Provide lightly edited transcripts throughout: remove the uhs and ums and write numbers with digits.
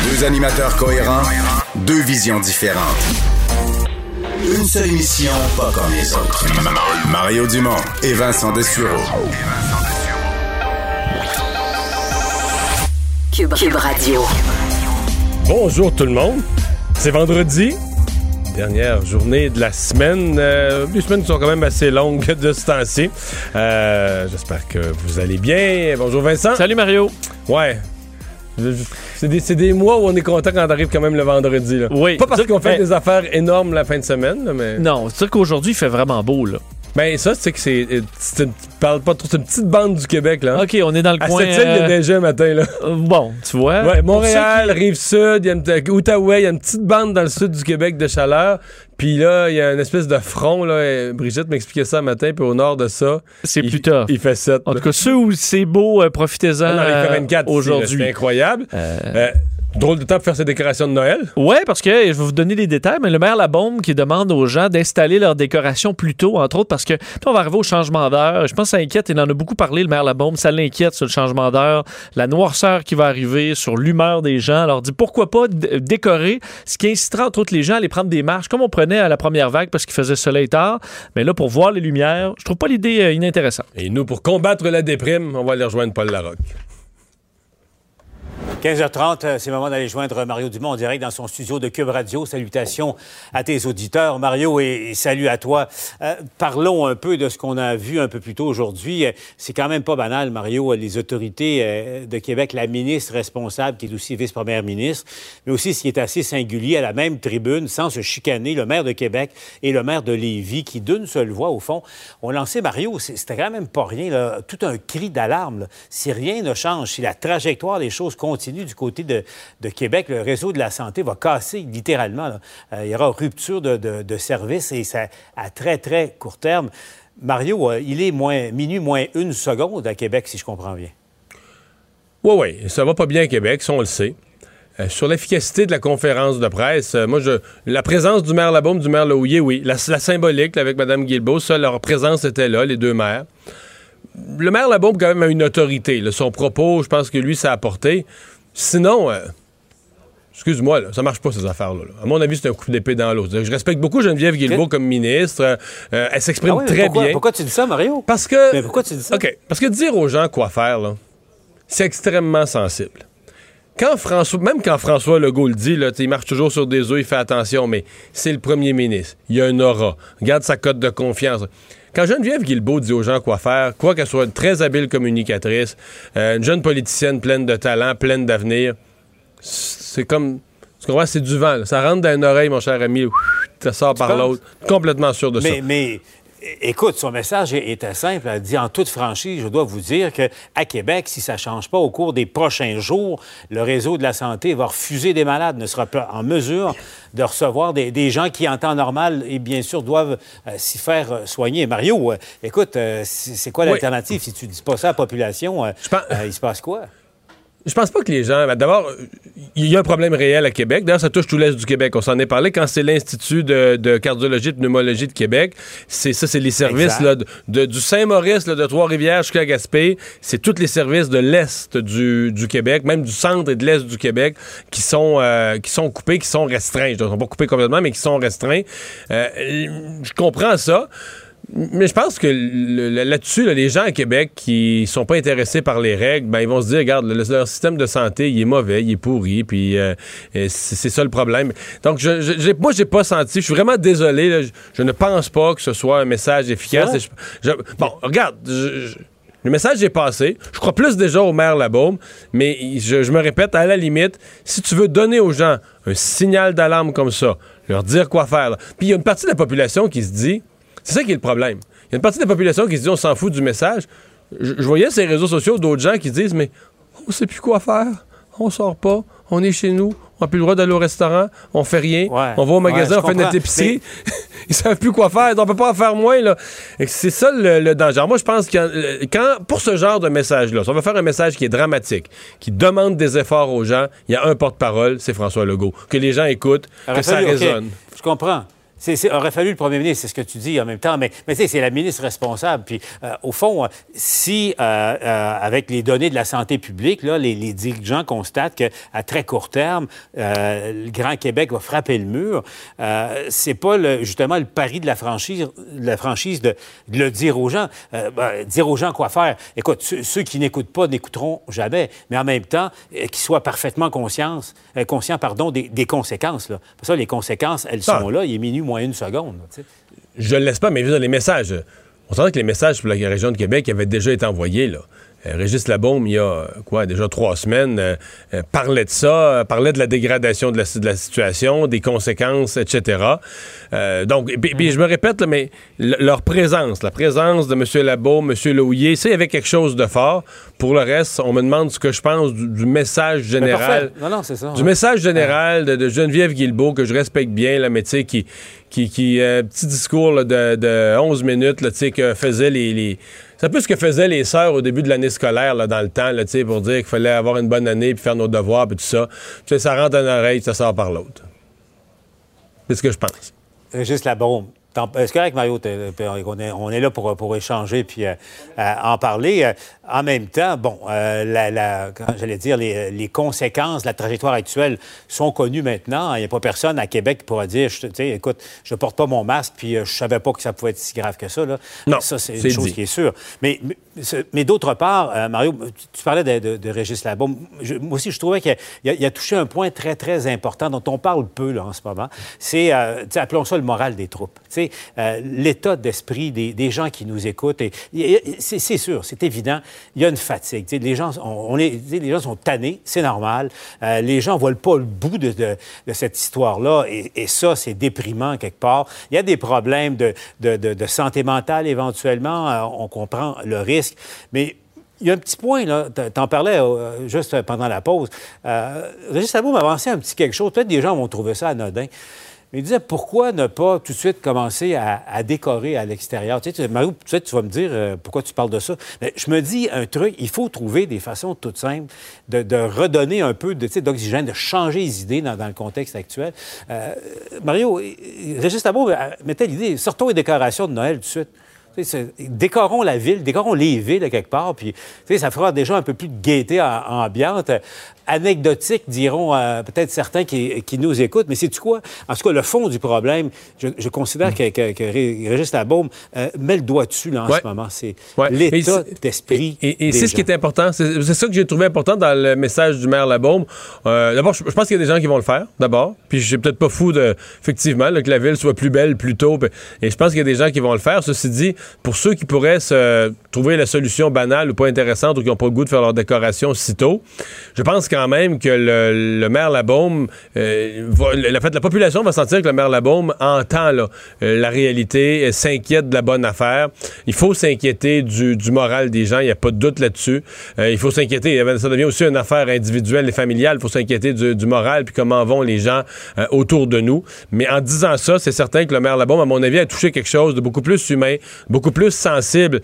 Deux animateurs cohérents, deux visions différentes. Une seule émission, pas comme les autres. Mario Dumont et Vincent Dessureau. Cube Radio. Bonjour tout le monde. C'est vendredi. Dernière journée de la semaine. Les semaines qui sont quand même assez longues de ce temps-ci. J'espère que vous allez bien. Bonjour Vincent. Salut Mario. Ouais. C'est des mois où on est content quand on arrive quand même le vendredi. Là. Oui. Pas parce qu'on fait des affaires énormes la fin de semaine, là, mais... Non, c'est sûr qu'aujourd'hui, il fait vraiment beau, là. Ben ça, c'est que tu parles pas trop, c'est une petite bande du Québec, là. OK, on est dans le coin... À Sept-Îles, il y a déjà un matin, là. Bon, tu vois. Ouais, Montréal, Rive-Sud, Outaouais, il y a une petite bande dans le sud du Québec de chaleur. Puis là, il y a une espèce de front, là. Brigitte m'expliquait ça un matin, puis au nord de ça... C'est plus tough. Il fait 7. En tout cas, ceux où c'est beau, profitez-en il fait 24 aujourd'hui. C'est incroyable. Drôle de temps pour faire ses décorations de Noël. Oui, parce que, je vais vous donner les détails, mais le maire Labaume qui demande aux gens d'installer leurs décorations plus tôt, entre autres, parce que on va arriver au changement d'heure. Je pense que ça inquiète, il en a beaucoup parlé, le maire Labaume, ça l'inquiète sur le changement d'heure, la noirceur qui va arriver, sur l'humeur des gens. Alors, on dit pourquoi pas décorer, ce qui incitera entre autres les gens à aller prendre des marches, comme on prenait à la première vague parce qu'il faisait soleil tard. Mais là, pour voir les lumières, je trouve pas l'idée inintéressante. Et nous, pour combattre la déprime, on va aller rejoindre Paul Larocque. 15h30, c'est le moment d'aller joindre Mario Dumont en direct dans son studio de Cube Radio. Salutations à tes auditeurs, Mario, et salut à toi. Parlons un peu de ce qu'on a vu un peu plus tôt aujourd'hui. C'est quand même pas banal, Mario, les autorités de Québec, la ministre responsable, qui est aussi vice-première ministre, mais aussi ce qui est assez singulier, à la même tribune, sans se chicaner, le maire de Québec et le maire de Lévis, qui d'une seule voix, au fond, ont lancé, Mario, c'était quand même pas rien, là, tout un cri d'alarme. Là. Si rien ne change, si la trajectoire des choses continue du côté de Québec, le réseau de la santé va casser littéralement. Il y aura rupture de service et ça à très, très court terme. Mario, il est minuit moins 1 seconde à Québec, si je comprends bien. Oui, ça va pas bien à Québec, ça on le sait. Sur l'efficacité de la conférence de presse, la présence du maire Labaume, du maire Lahouillier, oui. La symbolique là, avec Mme Guilbeault, ça, leur présence était là, les deux maires. Le maire Labaume, quand même, a une autorité. Là, son propos, je pense que lui, ça a apporté. Sinon, excuse-moi, là, ça marche pas ces affaires-là. À mon avis, c'est un coup d'épée dans l'eau. Je respecte beaucoup Geneviève Guilbeault comme ministre. Elle s'exprime très bien. Pourquoi tu dis ça, Mario? Parce que... Mais pourquoi tu dis ça? OK. Parce que dire aux gens quoi faire, là, c'est extrêmement sensible. Quand François Legault le dit, là, il marche toujours sur des œufs, il fait attention, mais c'est le premier ministre. Il y a un aura. Regarde sa cote de confiance. Quand Geneviève Guilbeault dit aux gens quoi faire, quoi qu'elle soit une très habile communicatrice, une jeune politicienne pleine de talent, pleine d'avenir, c'est comme... Tu comprends? C'est du vent. Là. Ça rentre dans une oreille, mon cher ami, ça sort par l'autre. Complètement sûr de ça. Mais écoute, son message était simple. Elle dit en toute franchise, je dois vous dire qu'à Québec, si ça ne change pas au cours des prochains jours, le réseau de la santé va refuser des malades, ne sera pas en mesure de recevoir des gens qui, en temps normal, et bien sûr, doivent s'y faire soigner. Mario, écoute, c'est quoi l'alternative? Si tu ne dis pas ça à la population, il se passe quoi? Je pense pas que les gens... D'abord, il y a un problème réel à Québec. D'ailleurs, ça touche tout l'Est du Québec. On s'en est parlé. Quand c'est l'Institut de cardiologie et de pneumologie de Québec, c'est les services là, du Saint-Maurice, là, de Trois-Rivières jusqu'à Gaspé. C'est tous les services de l'Est du Québec, même du centre et de l'Est du Québec, qui sont coupés, qui sont restreints. Ils ne sont pas coupés complètement, mais qui sont restreints. Je comprends ça. Mais je pense que là-dessus, là, les gens à Québec qui sont pas intéressés par les règles, ben ils vont se dire, regarde, leur système de santé, il est mauvais, il est pourri, puis c'est ça le problème. Donc, moi, j'ai pas senti, je suis vraiment désolé, là, je ne pense pas que ce soit un message efficace. Bon, regarde, le message est passé. Je crois plus déjà au maire Labaume, mais je me répète, à la limite, si tu veux donner aux gens un signal d'alarme comme ça, leur dire quoi faire, là. Puis il y a une partie de la population qui se dit... C'est ça qui est le problème. Il y a une partie de la population qui se dit on s'en fout du message. Je voyais sur les réseaux sociaux d'autres gens qui disent mais on sait plus quoi faire, on sort pas, on est chez nous, on n'a plus le droit d'aller au restaurant, on fait rien, on va au magasin, on fait notre épicerie. Mais... Ils savent plus quoi faire, on peut pas en faire moins. Là. Et c'est ça le danger. Alors moi, je pense que pour ce genre de message-là, si on va faire un message qui est dramatique, qui demande des efforts aux gens, il y a un porte-parole, c'est François Legault. Que les gens écoutent, que ça résonne. Je comprends. aurait fallu le premier ministre, c'est ce que tu dis en même temps, mais tu sais, c'est la ministre responsable. Puis, au fond, si, avec les données de la santé publique, là, les dirigeants constatent qu'à très court terme, le Grand Québec va frapper le mur, c'est pas justement le pari de la franchise de le dire aux gens. Dire aux gens quoi faire. Écoute, ceux qui n'écoutent pas n'écouteront jamais, mais en même temps, qu'ils soient parfaitement conscients des conséquences. Là. Pour ça, les conséquences, elles sont là. Il est minuit moins une seconde. Là, je ne le laisse pas, mais vu dans les messages, on sentait que les messages pour la région de Québec avaient déjà été envoyés, là. Régis Labaume, il y a déjà 3 semaines, parlait de ça, parlait de la dégradation de la situation, des conséquences, etc. Donc, puis je me répète, là, mais la présence de M. Labaume, M. Louillet, ça, il y avait quelque chose de fort. Pour le reste, on me demande ce que je pense du message général. Non, c'est ça. Du message général de Geneviève Guilbeault, que je respecte bien, là, mais tu sais, qui petit discours là, de 11 minutes, là, tu sais, que faisaient les c'est un peu ce que faisaient les sœurs au début de l'année scolaire, là, dans le temps, là, pour dire qu'il fallait avoir une bonne année, puis faire nos devoirs, puis tout ça. Tu sais, ça rentre dans l'oreille, ça sort par l'autre. C'est ce que je pense. Régis Labaume. Est-ce qu'avec Mario, on est là pour échanger puis en parler? En même temps, bon, j'allais dire, les conséquences de la trajectoire actuelle sont connues maintenant. Il n'y a pas personne à Québec qui pourra dire, écoute, je porte pas mon masque puis je savais pas que ça pouvait être si grave que ça. Là. Non, ça, c'est une chose qui est sûre. Mais d'autre part, Mario, tu parlais de Régis Labaume. Moi aussi, je trouvais qu'il a touché un point très, très important dont on parle peu là, en ce moment. C'est, appelons ça le moral des troupes. L'état d'esprit des gens qui nous écoutent. C'est sûr, c'est évident, il y a une fatigue. Les gens sont tannés, c'est normal. Les gens ne voient pas le bout de cette histoire-là. Et ça, c'est déprimant quelque part. Il y a des problèmes de santé mentale éventuellement. On comprend le risque. Mais il y a un petit point, là, t'en parlais juste pendant la pause. Régis Labaume m'avançait un petit quelque chose. Peut-être des gens vont trouver ça anodin. Mais il disait, pourquoi ne pas tout de suite commencer à décorer à l'extérieur? Tu sais, Mario, tu vas me dire pourquoi tu parles de ça. Mais je me dis un truc, il faut trouver des façons toutes simples de redonner un peu d'oxygène, de changer les idées dans le contexte actuel. Mario, Régis Labaume mettait l'idée, sortons les décorations de Noël tout de suite. Décorons la ville, décorons les villes quelque part, puis ça fera déjà un peu plus de gaieté ambiante. Anecdotique, diront peut-être certains qui nous écoutent, mais sais-tu quoi? En tout cas, le fond du problème, je considère que Régis Labaume met le doigt dessus là, en ce moment. C'est l'état d'esprit. Et c'est ce qui est important. C'est ça que j'ai trouvé important dans le message du maire Labaume. D'abord, je pense qu'il y a des gens qui vont le faire, d'abord. Puis je suis peut-être pas fou effectivement, que la ville soit plus belle plus tôt. Et je pense qu'il y a des gens qui vont le faire. Ceci dit, pour ceux qui pourraient se trouver la solution banale ou pas intéressante ou qui n'ont pas le goût de faire leur décoration si tôt, je pense quand même que le maire Labaume, la population va sentir que le maire Labaume entend la réalité, s'inquiète de la bonne affaire. Il faut s'inquiéter du moral des gens, il n'y a pas de doute là-dessus. Il faut s'inquiéter, ça devient aussi une affaire individuelle et familiale, il faut s'inquiéter du moral puis comment vont les gens autour de nous. Mais en disant ça, c'est certain que le maire Labaume, à mon avis, a touché quelque chose de beaucoup plus humain, beaucoup plus sensible.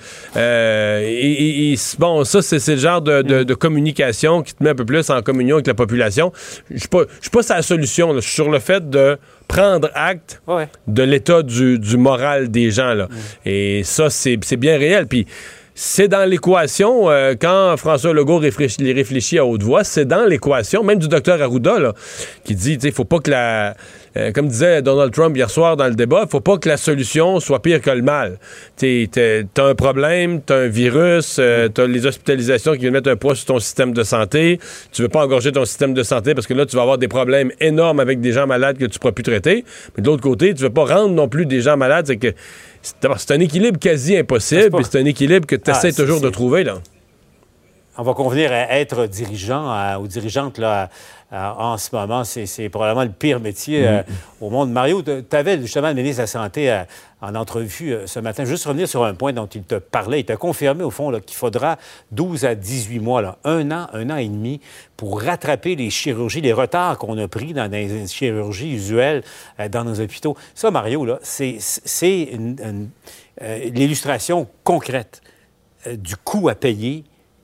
Bon, ça, c'est le genre de communication qui te met un peu plus en communion avec la population. Je suis pas sur la solution. Là. Je suis sur le fait de prendre acte de l'état du moral des gens. Là. Et ça, c'est bien réel. Puis c'est dans l'équation, quand François Legault réfléchit à haute voix, c'est dans l'équation, même du docteur Arruda, là, qui dit, il faut pas que comme disait Donald Trump hier soir dans le débat, il faut pas que la solution soit pire que le mal. T'as un problème, t'as un virus, t'as les hospitalisations qui viennent mettre un poids sur ton système de santé. Tu veux pas engorger ton système de santé parce que là, tu vas avoir des problèmes énormes avec des gens malades que tu pourras plus traiter. Mais de l'autre côté, tu veux pas rendre non plus des gens malades. C'est un équilibre quasi impossible et c'est un équilibre que tu essaies toujours de trouver, là. On va convenir à être dirigeant ou dirigeante là, en ce moment. C'est probablement le pire métier au monde. Mario, tu avais justement le ministre de la Santé en entrevue ce matin. Juste revenir sur un point dont il te parlait. Il t'a confirmé, au fond, qu'il faudra 12 à 18 mois, là, un an et demi, pour rattraper les chirurgies, les retards qu'on a pris dans les chirurgies usuelles dans nos hôpitaux. Ça, Mario, là, c'est l'illustration concrète du coût à payer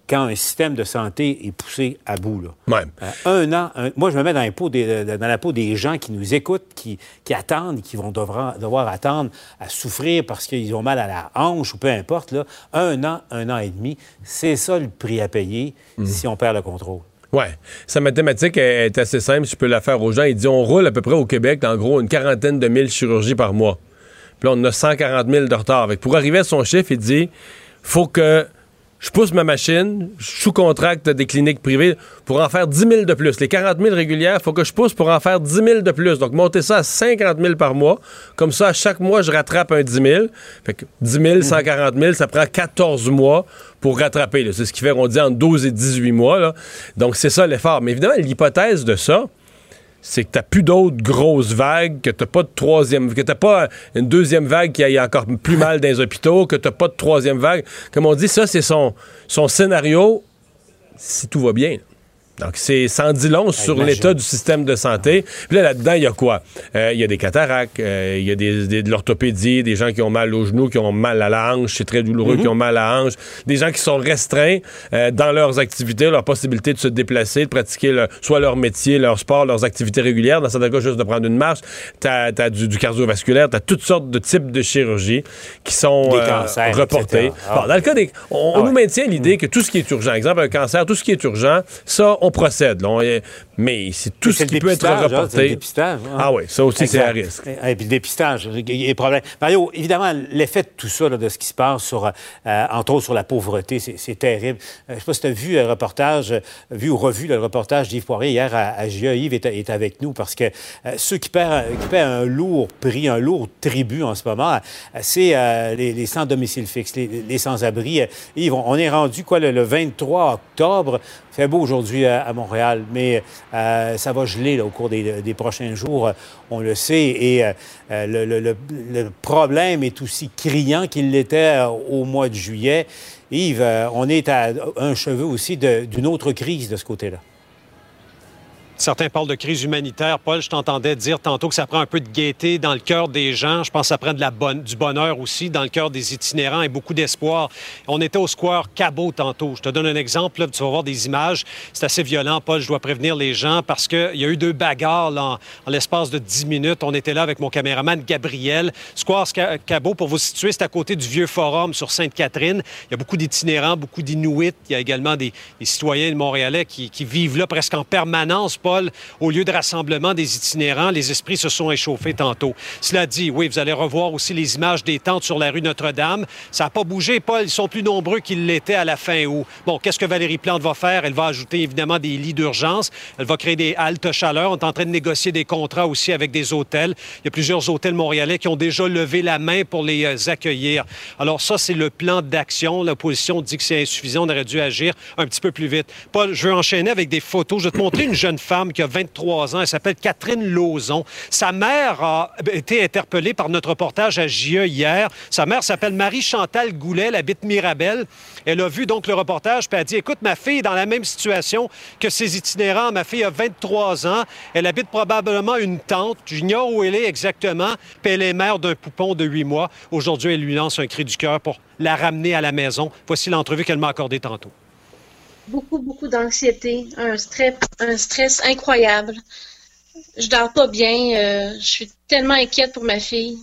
quand un système de santé est poussé à bout. Là. Ouais. Moi, je me mets dans la peau des gens qui nous écoutent, qui attendent, qui vont devoir attendre à souffrir parce qu'ils ont mal à la hanche ou peu importe. Là. 1 an et demi, c'est ça le prix à payer si on perd le contrôle. Oui. Sa mathématique est assez simple, je peux la faire aux gens. Il dit on roule à peu près au Québec, en gros, une 40aine de 1000 chirurgies par mois. Puis là, on a 140 000 de retard. Pour arriver à son chiffre, il dit faut que je pousse ma machine, je sous-contracte des cliniques privées pour en faire 10 000 de plus. Les 40 000 régulières, il faut que je pousse pour en faire 10 000 de plus. Donc, monter ça à 50 000 par mois. Comme ça, à chaque mois, je rattrape un 10 000. Fait que 10 000, 140 000, ça prend 14 mois pour rattraper. Là. C'est ce qui fait, on dit, entre 12 et 18 mois. Là. Donc, c'est ça l'effort. Mais évidemment, l'hypothèse de ça, c'est que t'as plus d'autres grosses vagues, que t'as pas de troisième, que t'as pas une deuxième vague qui aille encore plus mal dans les hôpitaux, que t'as pas de troisième vague. Comme on dit, ça, c'est son scénario si tout va bien. Donc, c'est sans dit long sur l'état du système de santé. Puis là-dedans, il y a quoi? Il y a des cataractes, il y a de l'orthopédie, des gens qui ont mal aux genoux, qui ont mal à la hanche, c'est très douloureux, qui ont mal à la hanche, des gens qui sont restreints dans leurs activités, leur possibilité de se déplacer, de pratiquer soit leur métier, leur sport, leurs activités régulières. Dans certains cas, juste de prendre une marche. T'as du cardiovasculaire, t'as toutes sortes de types de chirurgies qui sont reportées. Bon, dans le cas on nous maintient l'idée que tout ce qui est urgent, exemple un cancer, tout ce qui est urgent, ça, on procède. Là, mais c'est tout ce qui peut être reporté. C'est le dépistage. Hein? Ah oui, ça aussi, c'est à risque. Et puis le dépistage, il y a des problèmes. Mario, évidemment, l'effet de tout ça, là, de ce qui se passe, sur, entre autres sur la pauvreté, c'est terrible. Je ne sais pas si tu as vu vu ou revu le reportage d'Yves Poirier hier à GA. Yves est avec nous parce que ceux qui paient un lourd prix, un lourd tribut en ce moment, c'est les sans domicile fixe, les sans-abri. Yves, on est rendu le 23 octobre. Il fait beau aujourd'hui à Montréal, mais ça va geler là, au cours des prochains jours, on le sait. Et le problème est aussi criant qu'il l'était au mois de juillet. Yves, on est à un cheveu aussi d'une autre crise de ce côté-là. Certains parlent de crise humanitaire. Paul, je t'entendais dire tantôt que ça prend un peu de gaieté dans le cœur des gens. Je pense que ça prend du bonheur aussi dans le cœur des itinérants et beaucoup d'espoir. On était au square Cabot tantôt. Je te donne un exemple. Là, tu vas voir des images. C'est assez violent, Paul. Je dois prévenir les gens parce qu'il y a eu 2 bagarres là, en l'espace de 10 minutes. On était là avec mon caméraman Gabriel. Square Cabot, pour vous situer, c'est à côté du Vieux Forum sur Sainte-Catherine. Il y a beaucoup d'itinérants, beaucoup d'Inuits. Il y a également des citoyens montréalais qui vivent là presque en permanence, Paul, au lieu de rassemblement des itinérants, les esprits se sont échauffés tantôt. Cela dit, oui, vous allez revoir aussi les images des tentes sur la rue Notre-Dame. Ça n'a pas bougé, Paul. Ils sont plus nombreux qu'ils l'étaient à la fin août. Bon, qu'est-ce que Valérie Plante va faire? Elle va ajouter évidemment des lits d'urgence. Elle va créer des haltes chaleur. On est en train de négocier des contrats aussi avec des hôtels. Il y a plusieurs hôtels montréalais qui ont déjà levé la main pour les accueillir. Alors ça, c'est le plan d'action. L'opposition dit que c'est insuffisant. On aurait dû agir un petit peu plus vite. Paul, je veux enchaîner avec des photos. Je vais te montrer une jeune femme qui a 23 ans. Elle s'appelle Catherine Lauzon. Sa mère a été interpellée par notre reportage à JE hier. Sa mère s'appelle Marie-Chantal Goulet. Elle habite Mirabel. Elle a vu donc le reportage puis elle a dit, écoute, ma fille est dans la même situation que ces itinérants. Ma fille a 23 ans. Elle habite probablement une tante. J'ignore où elle est exactement. Puis elle est mère d'un poupon de 8 mois. Aujourd'hui, elle lui lance un cri du cœur pour la ramener à la maison. Voici l'entrevue qu'elle m'a accordée tantôt. Beaucoup d'anxiété, un stress incroyable. Je dors pas bien, je suis tellement inquiète pour ma fille.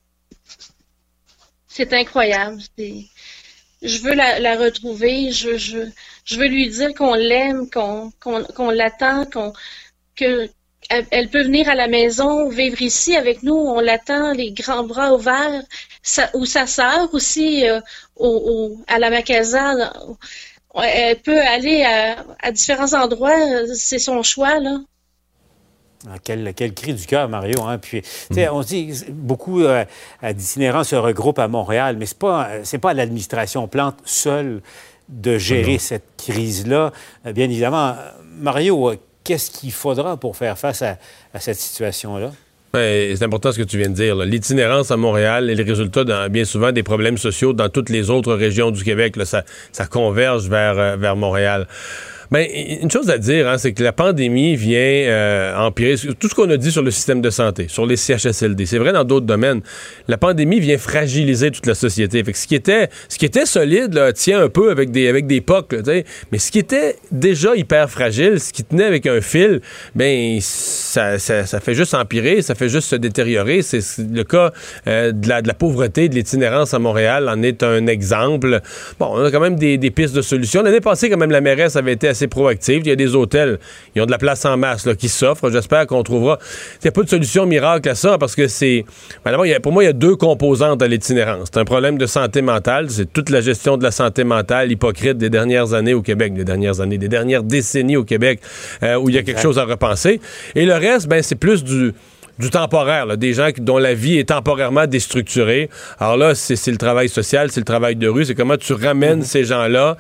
C'est incroyable. Je veux la retrouver, je veux lui dire qu'on l'aime, qu'on l'attend, qu'elle peut venir à la maison, vivre ici avec nous, on l'attend, les grands bras ouverts, ou sa sœur aussi, à la Macasa. Elle peut aller à différents endroits, c'est son choix, là. Ah, quel cri du cœur, Mario. Hein? Puis, on se dit beaucoup d'itinérants se regroupent à Montréal, mais c'est pas à l'administration Plante seule de gérer cette crise-là. Bien évidemment, Mario, qu'est-ce qu'il faudra pour faire face à cette situation-là? C'est important ce que tu viens de dire. Là. L'itinérance à Montréal est le résultat bien souvent des problèmes sociaux dans toutes les autres régions du Québec. Là, ça converge vers Montréal. Bien, une chose à dire, c'est que la pandémie vient empirer tout ce qu'on a dit sur le système de santé, sur les CHSLD. C'est vrai dans d'autres domaines. La pandémie vient fragiliser toute la société. Fait que ce qui était solide là, tient un peu avec des pocs, là, mais ce qui était déjà hyper fragile, ce qui tenait avec un fil, ben ça fait juste empirer, ça fait juste se détériorer. C'est le cas de la pauvreté, de l'itinérance à Montréal en est un exemple. Bon, on a quand même des pistes de solutions. L'année passée, quand même, la mairesse avait été assez proactive. Il y a des hôtels, ils ont de la place en masse là, qui s'offrent. J'espère qu'on trouvera... Il n'y a pas de solution miracle à ça parce que c'est... Pour moi, il y a deux composantes à l'itinérance. C'est un problème de santé mentale. C'est toute la gestion de la santé mentale hypocrite des dernières années au Québec, des dernières décennies au Québec, où il y a quelque chose à repenser. Et le reste, ben, c'est plus du temporaire, là, des gens dont la vie est temporairement déstructurée. Alors là, c'est le travail social, c'est le travail de rue, c'est comment tu ramènes ces gens-là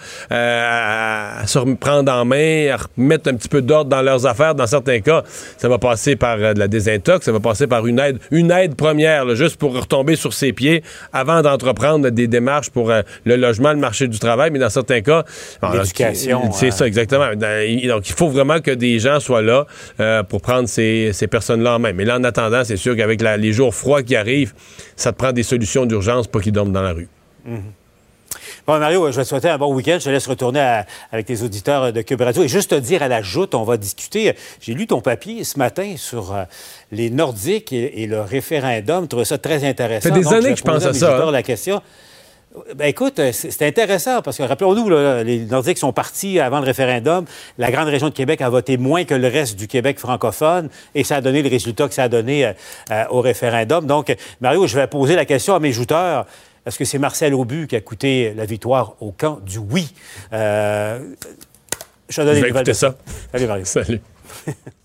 à se reprendre en main, à remettre un petit peu d'ordre dans leurs affaires. Dans certains cas, ça va passer par de la désintox, ça va passer par une aide première, là, juste pour retomber sur ses pieds avant d'entreprendre des démarches pour le logement, le marché du travail, mais dans certains cas... L'éducation. C'est ça, exactement. Donc, il faut vraiment que des gens soient là pour prendre ces personnes-là en main. Mais là, en attendant, c'est sûr qu'avec les jours froids qui arrivent, ça te prend des solutions d'urgence pour qu'ils dorment dans la rue. Mm-hmm. Bon, Mario, je vais te souhaiter un bon week-end. Je te laisse retourner avec tes auditeurs de Cube Radio. Et juste te dire à la joute, on va discuter. J'ai lu ton papier ce matin sur les Nordiques et le référendum. Je trouvais ça très intéressant. Ça fait des années que je pense à ça. La question. Ben écoute, c'est intéressant parce que, rappelons-nous, là, les Nordiques sont partis avant le référendum. La grande région de Québec a voté moins que le reste du Québec francophone et ça a donné le résultat que ça a donné au référendum. Donc, Mario, je vais poser la question à mes jouteurs. Est-ce que c'est Marcel Aubu qui a coûté la victoire au camp du oui? Je vais donner écouter ça. Salut, Mario. Salut.